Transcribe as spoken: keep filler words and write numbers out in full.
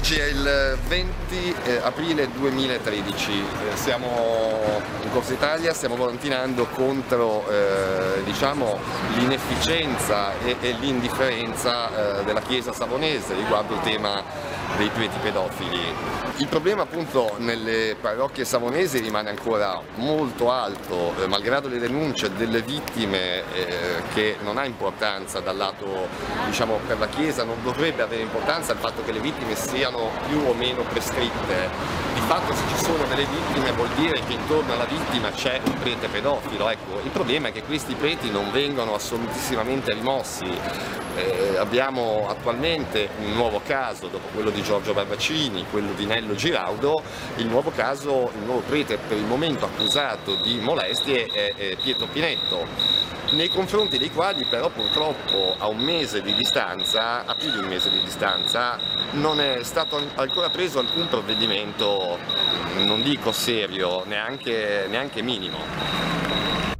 Oggi è il venti aprile duemilatredici, eh, siamo in Corsa Italia, stiamo volantinando contro eh, diciamo, l'inefficienza e, e l'indifferenza eh, della Chiesa savonese riguardo il tema dei preti pedofili. Il problema appunto nelle parrocchie savonesi rimane ancora molto alto, eh, malgrado le denunce delle vittime, eh, che non ha importanza dal lato, diciamo, per la Chiesa, non dovrebbe avere importanza il fatto che le vittime siano più o meno prescritte. Di fatto se ci sono delle vittime vuol dire che intorno alla vittima c'è un prete pedofilo. Ecco, il problema è che questi preti non vengono assolutissimamente rimossi. Eh, abbiamo attualmente un nuovo caso, dopo quello di Giorgio Barbaccini, quello di Nello Giraudo, il nuovo caso, il nuovo prete per il momento accusato di molestie è, è Pietro Pinetto, nei confronti dei quali però purtroppo a un mese di distanza, a più di un mese di distanza, non è stato ancora preso alcun provvedimento, non dico serio, neanche, neanche minimo.